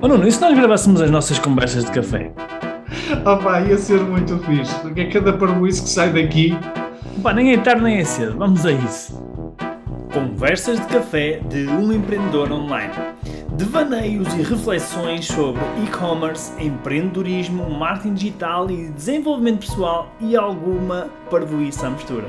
Oh Nuno, e se nós gravássemos as nossas conversas de café? Pá, ia ser muito fixe, porque é cada parboice que sai daqui. Pá, nem é tarde nem é cedo, vamos a isso. Conversas de café de um empreendedor online. Devaneios e reflexões sobre e-commerce, empreendedorismo, marketing digital e desenvolvimento pessoal e alguma parvoíce à mistura.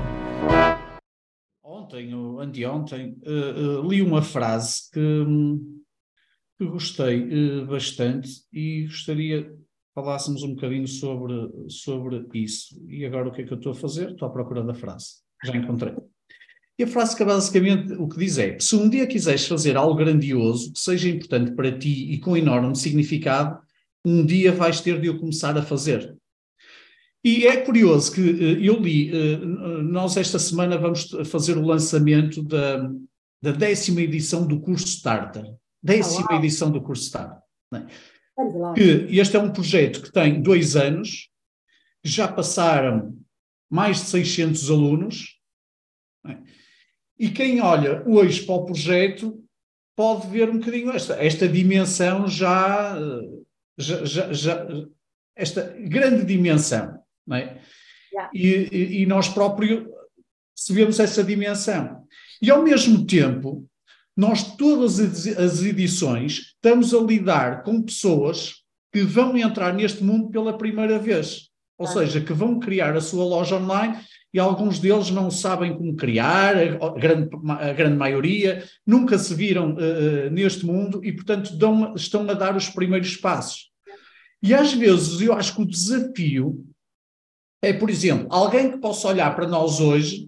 Ontem ou anteontem li uma frase que gostei bastante e gostaria que falássemos um bocadinho sobre isso. E agora o que é que eu estou a fazer? Estou à procura da frase. Já encontrei. E a frase que basicamente o que diz é: se um dia quiseres fazer algo grandioso, que seja importante para ti e com enorme significado, um dia vais ter de o começar a fazer. E é curioso que eu li, nós esta semana vamos fazer o lançamento da 10ª edição do curso Starter. 10ª edição do curso Starter. Né? Que este é um projeto que tem 2 anos, já passaram mais de 600 alunos, né? E quem olha hoje para o projeto pode ver um bocadinho esta dimensão esta grande dimensão, não é? Yeah. E nós próprios percebemos essa dimensão. E ao mesmo tempo, nós todas as edições estamos a lidar com pessoas que vão entrar neste mundo pela primeira vez. Ou seja, que vão criar a sua loja online e alguns deles não sabem como criar, a grande maioria, nunca se viram neste mundo e, portanto, estão a dar os primeiros passos. E às vezes eu acho que o desafio é, por exemplo, alguém que possa olhar para nós hoje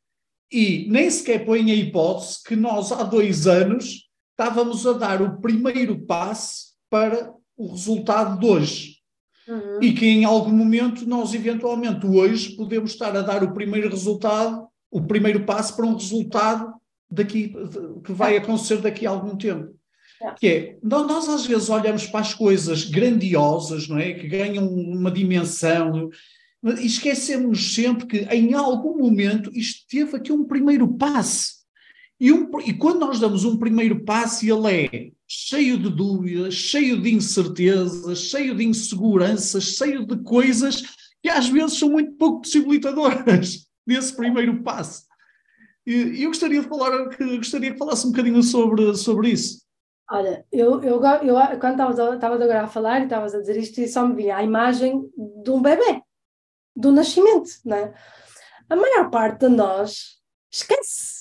e nem sequer põe a hipótese que nós há 2 anos estávamos a dar o primeiro passo para o resultado de hoje. Uhum. E que em algum momento nós eventualmente hoje podemos estar a dar o primeiro resultado, o primeiro passo para um resultado que vai acontecer daqui a algum tempo. Que é, nós às vezes olhamos para as coisas grandiosas, não é? Que ganham uma dimensão, e esquecemos sempre que em algum momento isto teve aqui um primeiro passo. E quando nós damos um primeiro passo, ele é cheio de dúvidas, cheio de incertezas, cheio de inseguranças, cheio de coisas que às vezes são muito pouco possibilitadoras nesse primeiro passo. E eu gostaria que falasse um bocadinho sobre isso. Olha, eu quando estavas agora a falar e estavas a dizer isto, só me vinha a imagem de um bebê, do nascimento, não é? A maior parte de nós esquece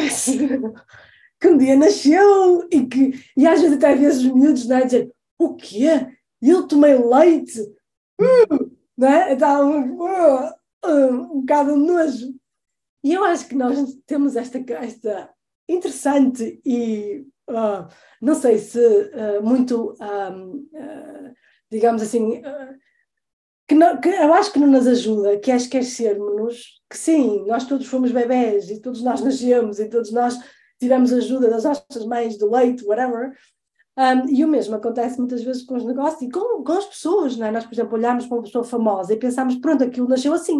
que um dia nasceu e às vezes até vezes os miúdos, não é, dizer, o quê? Eu tomei leite? Não é? Está um bocado de nojo. E eu acho que nós temos esta interessante e não sei se muito, digamos assim, que eu acho que não nos ajuda, que é esquecermos que sim, nós todos fomos bebés e todos nós nascemos e todos nós tivemos ajuda das nossas mães, do leite, whatever. E o mesmo acontece muitas vezes com os negócios e com as pessoas, não é? Nós, por exemplo, olhamos para uma pessoa famosa e pensamos, pronto, aquilo nasceu assim.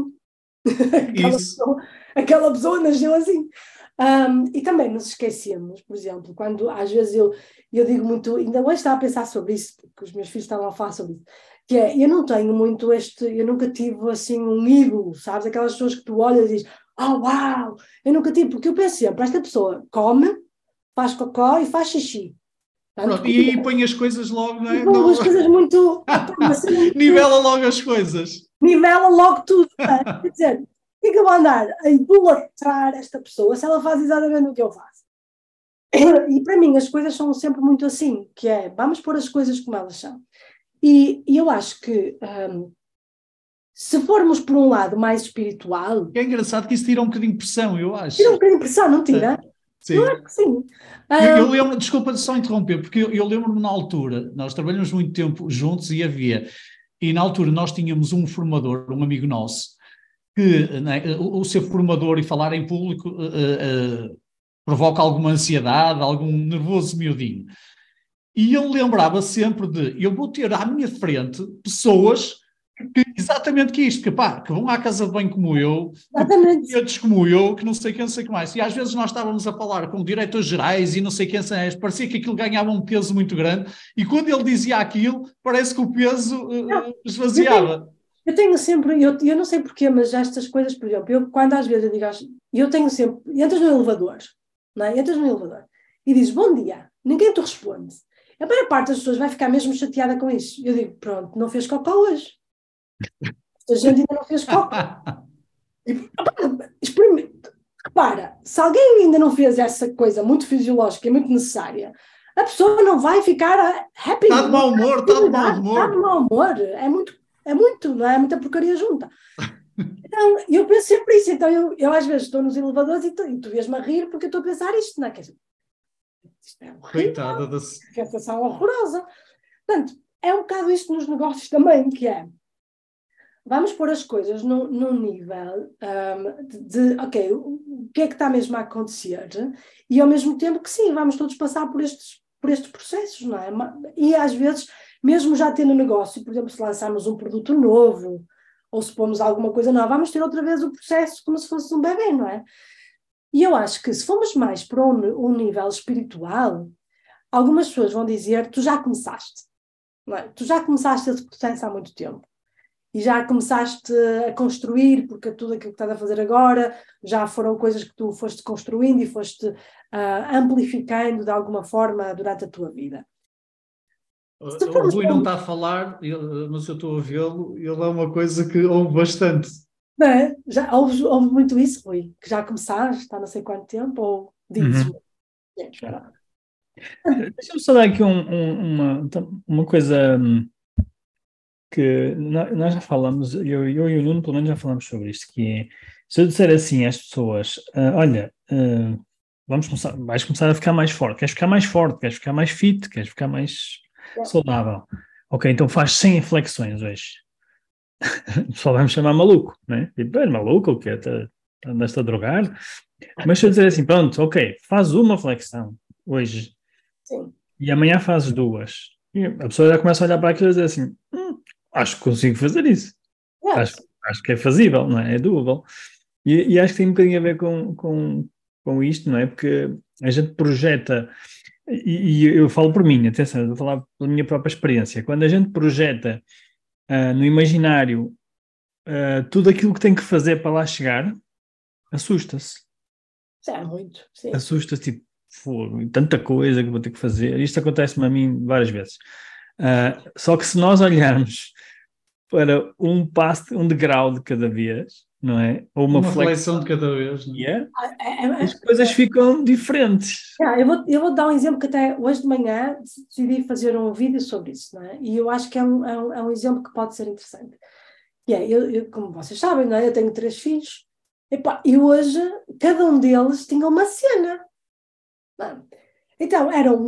aquela pessoa nasceu assim. E também nos esquecemos, por exemplo, quando às vezes eu digo muito, ainda hoje estava a pensar sobre isso, porque os meus filhos estavam a falar sobre isso, que é, eu não tenho muito eu nunca tive assim um ídolo, sabes? Aquelas pessoas que tu olhas e dizes, uau, eu nunca tive, porque eu penso sempre, esta pessoa come, faz cocó e faz xixi. Pronto, e aí põe as coisas logo, não é? Põe as coisas muito... Nivela logo as coisas. Nivela logo tudo. Quer dizer, por que eu vou andar a idolatrar esta pessoa se ela faz exatamente o que eu faço? E para mim as coisas são sempre muito assim, que é, vamos pôr as coisas como elas são. E eu acho que se formos por um lado mais espiritual... É engraçado que isso tira um bocadinho de pressão, eu acho. Tira um bocadinho de pressão, não tira? Sim. Eu acho que sim. Eu lembro, desculpa só interromper, porque eu lembro-me na altura, nós trabalhamos muito tempo juntos e na altura nós tínhamos um formador, um amigo nosso, que né, o ser formador e falar em público provoca alguma ansiedade, algum nervoso miudinho. E ele lembrava sempre eu vou ter à minha frente pessoas Exatamente que isto, que vão à casa de banho como eu, que como eu, que não sei quem, não sei o que mais. E às vezes nós estávamos a falar com diretores gerais e não sei quem, parecia que aquilo ganhava um peso muito grande, e quando ele dizia aquilo, parece que o peso esvaziava. Eu tenho sempre, eu não sei porquê, mas estas coisas, por exemplo, quando às vezes eu digo, eu tenho sempre, entras no elevador, não é? Entras no elevador e dizes bom dia, ninguém te responde. A maior parte das pessoas vai ficar mesmo chateada com isso. Eu digo, pronto, não fez cocó hoje. A gente ainda não fez cocó. Experimenta. Repara, se alguém ainda não fez essa coisa muito fisiológica e muito necessária, a pessoa não vai ficar happy. Está de mau humor, está de mau humor. Está de mau humor. É muito, não é? Muita porcaria junta. Então, eu penso sempre isso. Então, eu às vezes estou nos elevadores e tu vês-me a rir porque eu estou a pensar isto, não é? Isto é horrível. Coitada da sensação horrorosa. Portanto, é um bocado isto nos negócios também, que é vamos pôr as coisas num nível ok, o que é que está mesmo a acontecer e ao mesmo tempo que sim, vamos todos passar por estes processos, não é? E às vezes, mesmo já tendo negócio, por exemplo, se lançarmos um produto novo ou se pomos alguma coisa nova, vamos ter outra vez o processo como se fosse um bebê, não é? E eu acho que se formos mais para um nível espiritual, algumas pessoas vão dizer, tu já começaste, não é? Tu já começaste esse processo há muito tempo. E já começaste a construir, porque tudo aquilo que estás a fazer agora já foram coisas que tu foste construindo e foste amplificando de alguma forma durante a tua vida. O Rui não está a falar, mas eu estou a vê-lo, ele é uma coisa que ouve bastante. Não é? Já ouve muito isso, Rui? Que já começaste há não sei quanto tempo, ou dizes? Deixa-me só dar aqui uma coisa que nós já falamos, eu e o Nuno pelo menos já falamos sobre isto, que é, se eu disser assim às pessoas, olha, vais começar a ficar mais forte, queres ficar mais fit, queres ficar mais saudável. Ok, então faz 100 flexões hoje. O pessoal vai me chamar maluco, né? Tipo, é maluco o quê? Andaste a drogar? Mas se eu dizer assim, pronto, ok, faz uma flexão hoje. Sim. E amanhã fazes 2. E a pessoa já começa a olhar para aquilo e dizer assim, acho que consigo fazer isso. Acho que é fazível, não é? É doable. E acho que tem um bocadinho a ver com isto, não é? Porque a gente projeta, e eu falo por mim, atenção, eu vou falar pela minha própria experiência. Quando a gente projeta no imaginário tudo aquilo que tem que fazer para lá chegar, assusta-se. É muito, sim. Assusta-se, tipo, tanta coisa que vou ter que fazer. Isto acontece-me a mim várias vezes. Só que se nós olharmos para um passo, um degrau de cada vez, não é? Ou uma flexão de cada vez, não é? As coisas ficam diferentes. Eu vou dar um exemplo que até hoje de manhã decidi fazer um vídeo sobre isso, não é? E eu acho que é um exemplo que pode ser interessante. Eu, como vocês sabem, não é? Eu tenho 3 filhos. E hoje, cada um deles tinha uma cena. Então, eram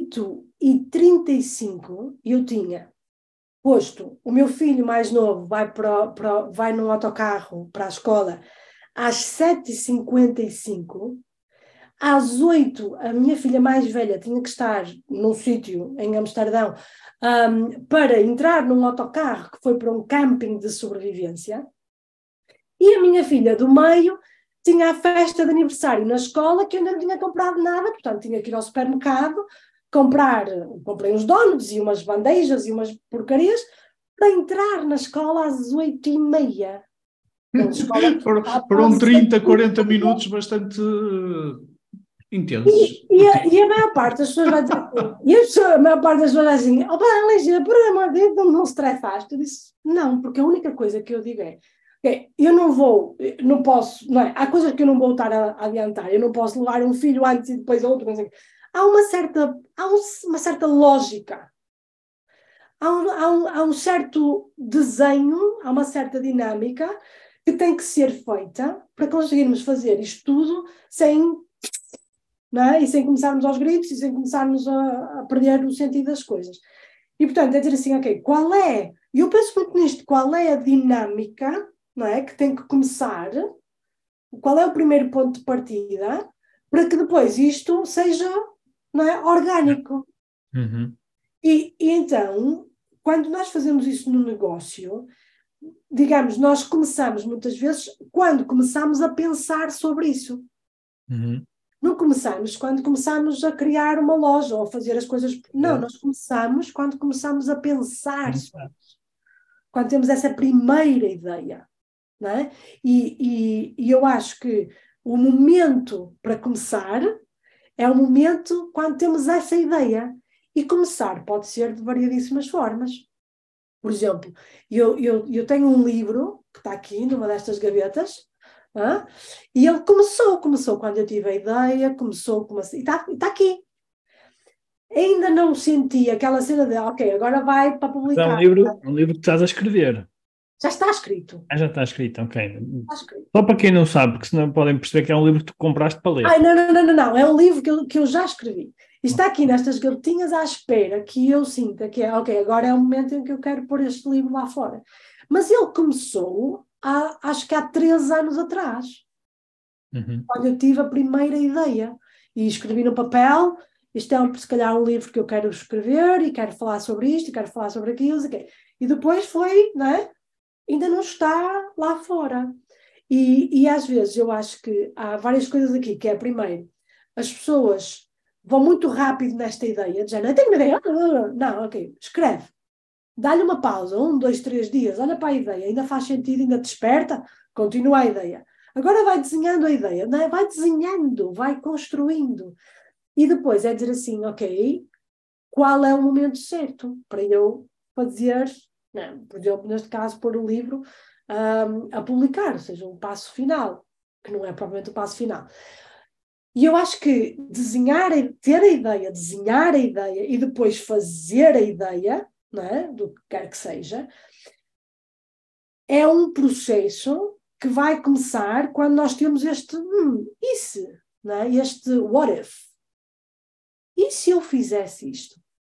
8h35 e eu tinha posto o meu filho mais novo vai num autocarro para a escola às 7h55. Às 8h, a minha filha mais velha tinha que estar num sítio em Amsterdão para entrar num autocarro que foi para um camping de sobrevivência. E a minha filha do meio tinha a festa de aniversário na escola que eu ainda não tinha comprado nada, portanto tinha que ir ao supermercado, comprei uns donuts e umas bandejas e umas porcarias para entrar na escola às 8h30. Foram 30, 40 minutos bastante intensos. E a maior parte das pessoas vai dizer assim, a maior parte das pessoas vai dizer assim, Lígia, por amor de Deus, não se estressaste. Eu disse, não, porque a única coisa que eu digo é, eu não posso, não é? Há coisas que eu não vou estar a adiantar, eu não posso levar um filho antes e depois outro, não sei. Há uma certa lógica, há um certo desenho, há uma certa dinâmica que tem que ser feita para conseguirmos fazer isto tudo sem, não é? E sem começarmos aos gritos e sem começarmos a perder o sentido das coisas. E portanto é dizer assim, ok, e eu penso muito nisto, qual é a dinâmica, não é, que tem que começar, qual é o primeiro ponto de partida para que depois isto seja, não é, orgânico. Uhum. E então, quando nós fazemos isso no negócio, digamos, nós começamos muitas vezes quando começamos a pensar sobre isso. Não começamos quando começamos a criar uma loja ou a fazer as coisas. Não, nós começamos quando começamos a pensar. Quando temos essa primeira ideia. Não é? E eu acho que o momento para começar é o momento quando temos essa ideia. E começar pode ser de variadíssimas formas. Por exemplo, eu tenho um livro que está aqui numa destas gavetas. E ele começou quando eu tive a ideia, e está aqui. Ainda não senti aquela cena de, ok, agora vai para publicar. É um livro que estás a escrever. Já está escrito. Já está escrito, ok. Está escrito. Só para quem não sabe, porque senão podem perceber que é um livro que tu compraste para ler. Não. É um livro que eu já escrevi. E está aqui nestas gavetinhas à espera que eu sinta que é, ok, agora é o momento em que eu quero pôr este livro lá fora. Mas ele começou, acho que há 3 anos atrás. Quando eu tive a primeira ideia. E escrevi no papel, isto é, se calhar, um livro que eu quero escrever e quero falar sobre isto, e quero falar sobre aquilo. E depois foi, não é? Ainda não está lá fora. E às vezes eu acho que há várias coisas aqui, que é, primeiro, as pessoas vão muito rápido nesta ideia, de já não tenho uma ideia, não, ok, escreve, dá-lhe uma pausa, 1, 2, 3 dias, olha para a ideia, ainda faz sentido, ainda desperta, continua a ideia. Agora vai desenhando a ideia, não é? Vai desenhando, vai construindo. E depois é dizer assim, ok, qual é o momento certo para eu fazer, não, por exemplo, neste caso, pôr o livro a publicar, ou seja, um passo final, que não é propriamente o passo final. E eu acho que ter a ideia, desenhar a ideia e depois fazer a ideia, não é? Do que quer que seja, é um processo que vai começar quando nós temos este e se, não é? Este what if. E se eu fizesse isto?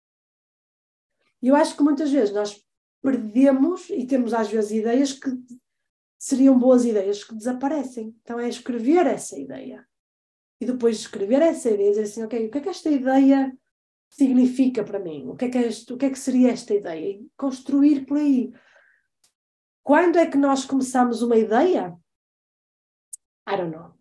E eu acho que muitas vezes nós perdemos e temos às vezes ideias que seriam boas ideias que desaparecem. Então é escrever essa ideia. E depois de escrever essa ideia, dizer assim, ok, o que é que esta ideia significa para mim? O que é que seria esta ideia? E construir por aí. Quando é que nós começamos uma ideia? I don't know.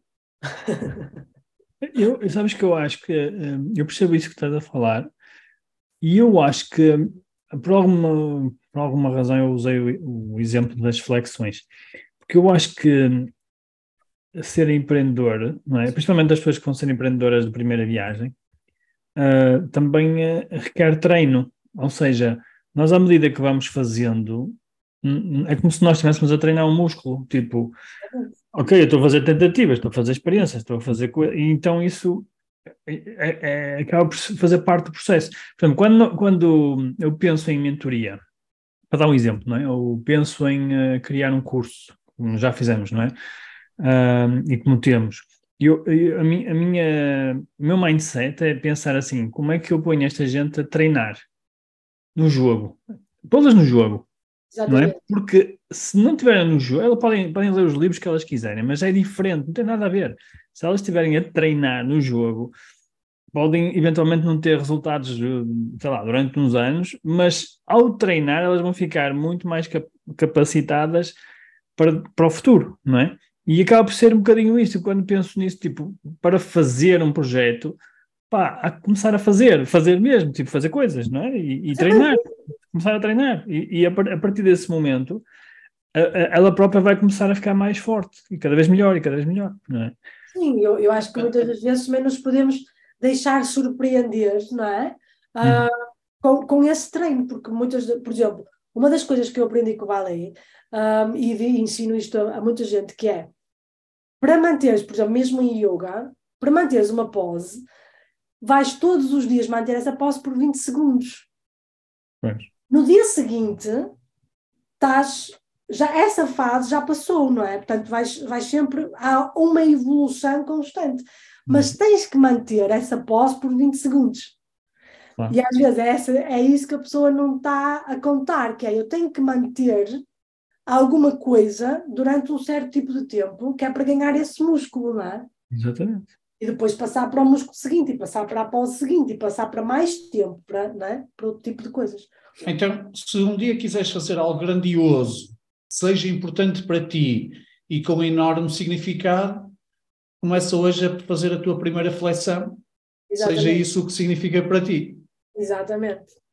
Sabes que eu acho que eu percebo isso que estás a falar e eu acho que por alguma razão eu usei o exemplo das flexões, porque eu acho que ser empreendedor, não é? Principalmente as pessoas que vão ser empreendedoras de primeira viagem, também requer treino, ou seja, nós à medida que vamos fazendo, é como se nós estivéssemos a treinar um músculo, tipo, ok, eu estou a fazer tentativas, estou a fazer experiências, estou a fazer coisas, e então isso acaba por fazer parte do processo. Por exemplo, quando eu penso em mentoria, para dar um exemplo, não é? Eu penso em criar um curso, como já fizemos, não é? E como temos. O meu mindset é pensar assim, como é que eu ponho esta gente a treinar no jogo? Todas no jogo. Não é? Porque se não estiverem no jogo, elas podem ler os livros que elas quiserem, mas é diferente, não tem nada a ver. Se elas estiverem a treinar no jogo, podem eventualmente não ter resultados, sei lá, durante uns anos, mas ao treinar elas vão ficar muito mais capacitadas para o futuro, não é? E acaba por ser um bocadinho isto, quando penso nisso, tipo, para fazer um projeto, a começar a fazer mesmo, tipo, fazer coisas, não é? E treinar, começar a treinar. E a partir desse momento, ela própria vai começar a ficar mais forte, e cada vez melhor, não é? Sim, eu acho que muitas das vezes também nos podemos deixar surpreender, não é? Com esse treino, porque por exemplo, uma das coisas que eu aprendi com o balé, e ensino isto a muita gente, que é, para manteres, por exemplo, mesmo em yoga, para manteres uma pose, vais todos os dias manter essa pose por 20 segundos. Pois. No dia seguinte, essa fase já passou, não é? Portanto, vais sempre, há uma evolução constante, mas tens que manter essa pose por 20 segundos. Claro. E às vezes é isso que a pessoa não está a contar, que é, eu tenho que manter alguma coisa durante um certo tipo de tempo, que é para ganhar esse músculo, não é? Exatamente. E depois passar para o músculo seguinte, e passar para a pose seguinte, e passar para mais tempo, não é? Para outro tipo de coisas. Então, se um dia quiseres fazer algo grandioso, seja importante para ti e com enorme significado, começa hoje a fazer a tua primeira reflexão, Exatamente. seja isso o que significa para ti. Exatamente.